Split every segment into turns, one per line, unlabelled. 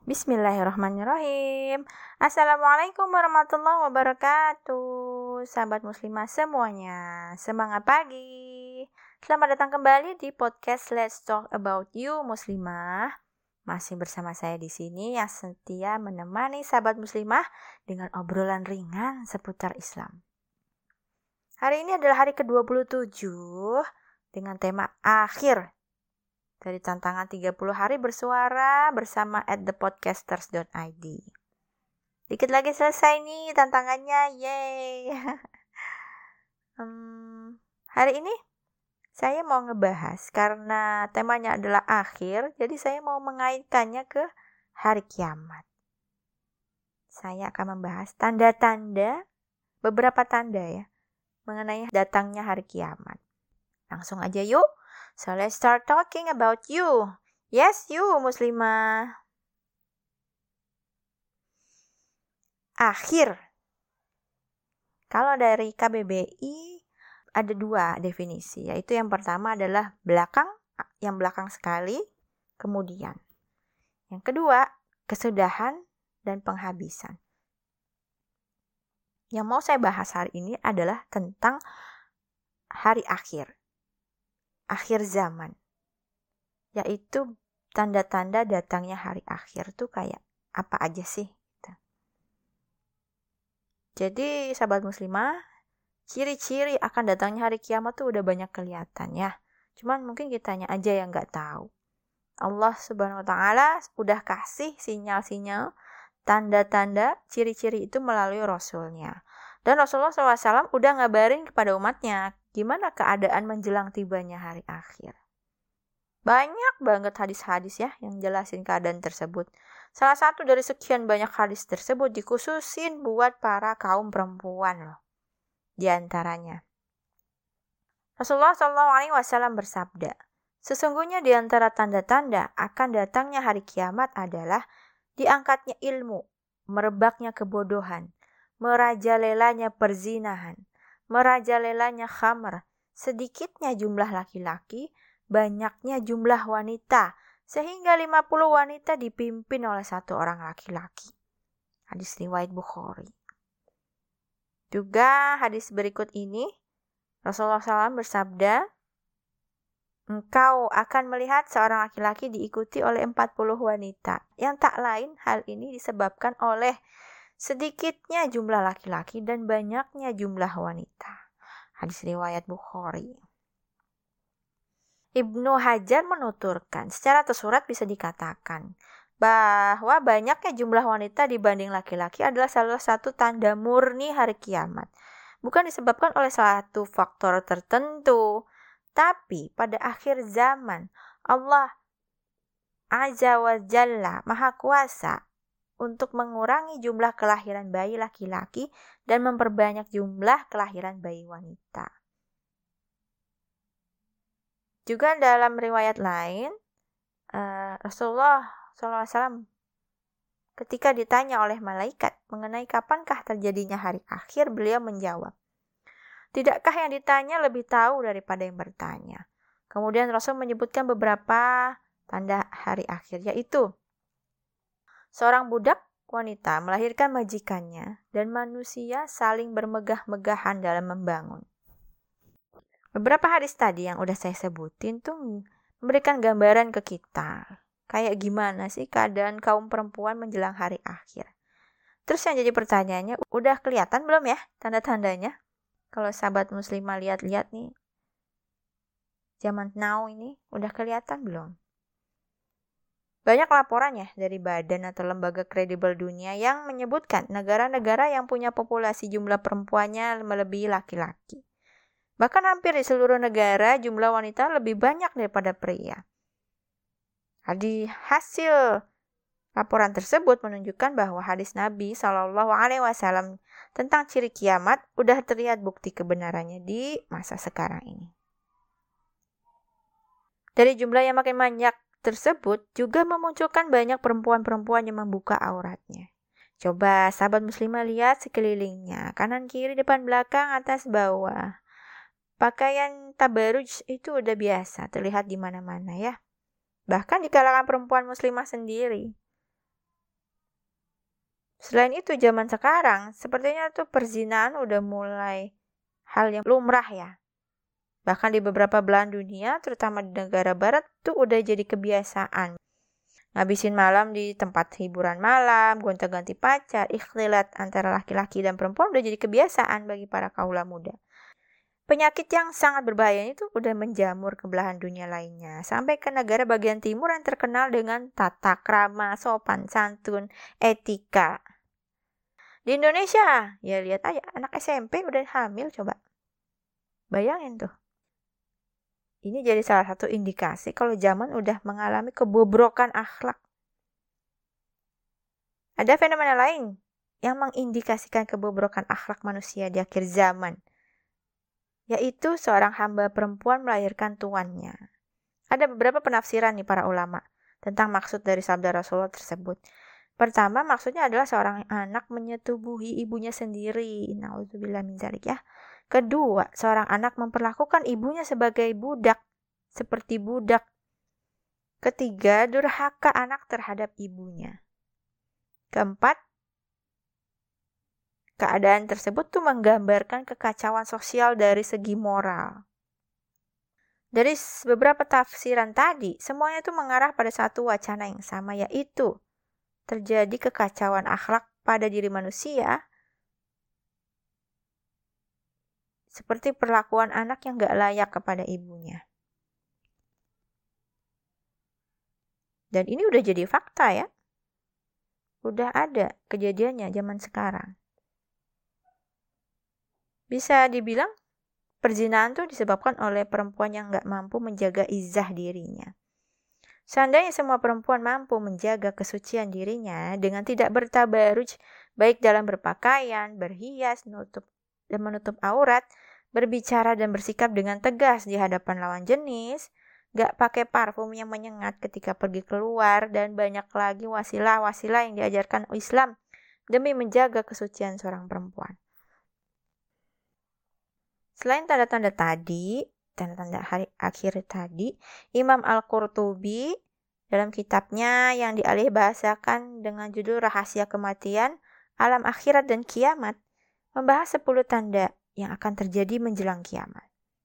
Bismillahirrahmanirrahim. Assalamualaikum warahmatullahi wabarakatuh. Sahabat muslimah semuanya, semangat pagi. Selamat datang kembali di podcast Let's Talk About You Muslimah. Masih bersama saya di sini yang setia menemani sahabat muslimah dengan obrolan ringan seputar Islam. Hari ini adalah hari ke-27 dengan tema akhir dari tantangan 30 hari bersuara bersama @thepodcasters.id. Dikit lagi selesai nih tantangannya, yeay. Hari ini saya mau ngebahas karena temanya adalah akhir, jadi saya mau mengaitkannya ke hari kiamat. Saya akan membahas tanda-tanda, beberapa tanda ya, mengenai datangnya hari kiamat. Langsung aja yuk. So let's start talking about you. Yes, you muslimah. Akhir. Kalau dari KBBI ada dua definisi, yaitu yang pertama adalah belakang, yang belakang sekali, kemudian. Yang kedua, kesudahan dan penghabisan. Yang mau saya bahas hari ini adalah tentang hari akhir. Akhir zaman, yaitu tanda-tanda datangnya hari akhir tuh kayak apa aja sih? Jadi sahabat muslimah, ciri-ciri akan datangnya hari kiamat tuh udah banyak kelihatan ya. Cuman mungkin kitanya aja yang nggak tahu. Allah Subhanahu Wa Taala udah kasih sinyal-sinyal, tanda-tanda, ciri-ciri itu melalui Rasulnya. Dan Rasulullah SAW udah ngabarin kepada umatnya gimana keadaan menjelang tibanya hari akhir. Banyak banget hadis-hadis ya yang jelasin keadaan tersebut. Salah satu dari sekian banyak hadis tersebut dikhususin buat para kaum perempuan loh. Di antaranya, Rasulullah SAW bersabda, sesungguhnya di antara tanda-tanda akan datangnya hari kiamat adalah diangkatnya ilmu, merebaknya kebodohan, merajalelanya perzinahan, merajalelanya khamr, sedikitnya jumlah laki-laki, banyaknya jumlah wanita, sehingga 50 wanita dipimpin oleh satu orang laki-laki. Hadis riwayat Bukhari. Juga hadis berikut ini, Rasulullah SAW bersabda, engkau akan melihat seorang laki-laki diikuti oleh 40 wanita. Yang tak lain hal ini disebabkan oleh sedikitnya jumlah laki-laki dan banyaknya jumlah wanita. Hadis riwayat Bukhari. Ibnu Hajar menuturkan, secara tersurat bisa dikatakan bahwa banyaknya jumlah wanita dibanding laki-laki adalah salah satu tanda murni hari kiamat. Bukan disebabkan oleh satu faktor tertentu, tapi pada akhir zaman Allah Azza wa Jalla Maha Kuasa untuk mengurangi jumlah kelahiran bayi laki-laki dan memperbanyak jumlah kelahiran bayi wanita. Juga dalam riwayat lain, Rasulullah SAW ketika ditanya oleh malaikat mengenai kapankah terjadinya hari akhir, beliau menjawab, tidakkah yang ditanya lebih tahu daripada yang bertanya? Kemudian Rasul menyebutkan beberapa tanda hari akhir, yaitu seorang budak wanita melahirkan majikannya dan manusia saling bermegah-megahan dalam membangun. Beberapa hadis tadi yang udah saya sebutin tuh memberikan gambaran ke kita. Kayak gimana sih keadaan kaum perempuan menjelang hari akhir. Terus yang jadi pertanyaannya, udah kelihatan belum ya tanda-tandanya? Kalau sahabat muslimah lihat-lihat nih, zaman now ini udah kelihatan belum? Banyak laporan ya dari badan atau lembaga kredibel dunia yang menyebutkan negara-negara yang punya populasi jumlah perempuannya melebihi laki-laki. Bahkan hampir di seluruh negara jumlah wanita lebih banyak daripada pria. Hasil laporan tersebut menunjukkan bahwa hadis Nabi SAW tentang ciri kiamat udah terlihat bukti kebenarannya di masa sekarang ini. Dari jumlah yang makin banyak tersebut juga memunculkan banyak perempuan-perempuan yang membuka auratnya. Coba sahabat muslimah lihat sekelilingnya, kanan kiri, depan belakang, atas bawah. Pakaian tabaruj itu udah biasa terlihat di mana-mana ya. Bahkan di kalangan perempuan muslimah sendiri. Selain itu, zaman sekarang sepertinya tuh perzinahan udah mulai hal yang lumrah ya. Bahkan di beberapa belahan dunia, terutama di negara barat tuh udah jadi kebiasaan. Ngabisin malam di tempat hiburan malam, gonta-ganti pacar, ikhtilat antara laki-laki dan perempuan udah jadi kebiasaan bagi para kaula muda. Penyakit yang sangat berbahaya itu udah menjamur ke belahan dunia lainnya, sampai ke negara bagian timur yang terkenal dengan tata krama, sopan santun, etika. Di Indonesia, ya lihat aja anak SMP udah hamil coba. Bayangin tuh. Ini jadi salah satu indikasi kalau zaman udah mengalami kebobrokan akhlak. Ada fenomena lain yang mengindikasikan kebobrokan akhlak manusia di akhir zaman, yaitu seorang hamba perempuan melahirkan tuannya. Ada beberapa penafsiran nih para ulama tentang maksud dari sabda Rasulullah tersebut. Pertama, maksudnya adalah seorang anak menyetubuhi ibunya sendiri. Nauzubillah min dzalik ya. Kedua, seorang anak memperlakukan ibunya sebagai budak, seperti budak. Ketiga, durhaka anak terhadap ibunya. Keempat, keadaan tersebut tuh menggambarkan kekacauan sosial dari segi moral. Dari beberapa tafsiran tadi, semuanya tuh mengarah pada satu wacana yang sama, yaitu terjadi kekacauan akhlak pada diri manusia, seperti perlakuan anak yang gak layak kepada ibunya. Dan ini udah jadi fakta ya. Udah ada kejadiannya zaman sekarang. Bisa dibilang perzinahan tuh disebabkan oleh perempuan yang gak mampu menjaga izah dirinya. Seandainya semua perempuan mampu menjaga kesucian dirinya dengan tidak bertabaruj, baik dalam berpakaian, berhias, menutup aurat, berbicara dan bersikap dengan tegas di hadapan lawan jenis, gak pakai parfum yang menyengat ketika pergi keluar, dan banyak lagi wasilah-wasilah yang diajarkan Islam demi menjaga kesucian seorang perempuan. Selain tanda-tanda hari akhir tadi, Imam Al-Qurtubi dalam kitabnya yang dialih bahasakan dengan judul Rahasia Kematian, Alam Akhirat dan Kiamat, membahas 10 tanda yang akan terjadi menjelang kiamat.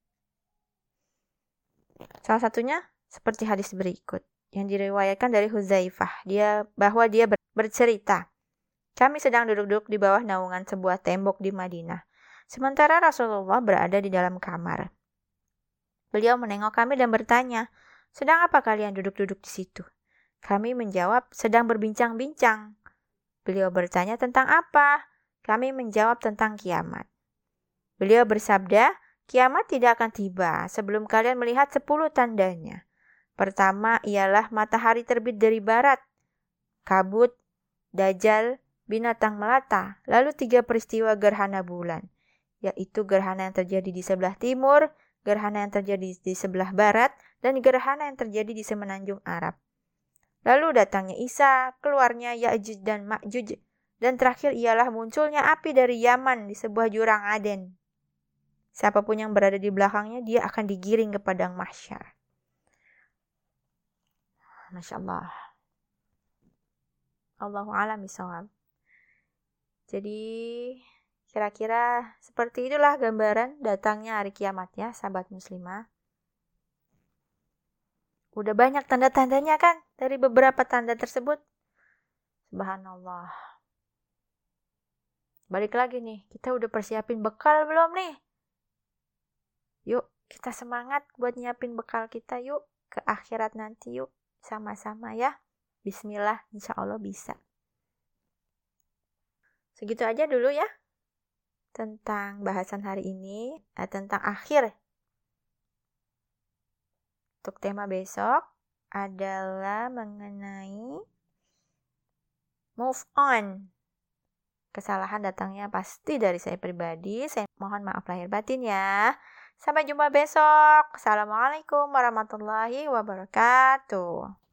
Salah satunya seperti hadis berikut yang diriwayatkan dari Huzaifah, dia bercerita, kami sedang duduk-duduk di bawah naungan sebuah tembok di Madinah, sementara Rasulullah berada di dalam kamar. Beliau menengok kami dan bertanya, sedang apa kalian duduk-duduk di situ? Kami menjawab, sedang berbincang-bincang. Beliau bertanya tentang apa? Kami menjawab tentang kiamat. Beliau bersabda, kiamat tidak akan tiba sebelum kalian melihat 10 tandanya. Pertama ialah matahari terbit dari barat, kabut, dajjal, binatang melata, lalu 3 peristiwa gerhana bulan, yaitu gerhana yang terjadi di sebelah timur, gerhana yang terjadi di sebelah barat, dan gerhana yang terjadi di semenanjung Arab. Lalu datangnya Isa, keluarnya Ya'juj dan Ma'juj, dan terakhir ialah munculnya api dari Yaman di sebuah jurang Aden. Siapapun yang berada di belakangnya, dia akan digiring ke padang mahsyar. Masya Allah. Allahu a'lam bishawab. Jadi kira-kira seperti itulah gambaran datangnya hari kiamat ya, sahabat muslimah. Udah banyak tanda-tandanya kan dari beberapa tanda tersebut. Subhanallah. Balik lagi nih, kita udah persiapin bekal belum nih? Yuk, kita semangat buat nyiapin bekal kita yuk ke akhirat nanti yuk. Sama-sama ya. Bismillah, insya Allah bisa. Segitu aja dulu ya tentang bahasan hari ini, tentang akhir. Untuk tema besok adalah mengenai move on. Kesalahan datangnya pasti dari saya pribadi. Saya mohon maaf lahir batin ya. Sampai jumpa besok. Assalamualaikum warahmatullahi wabarakatuh.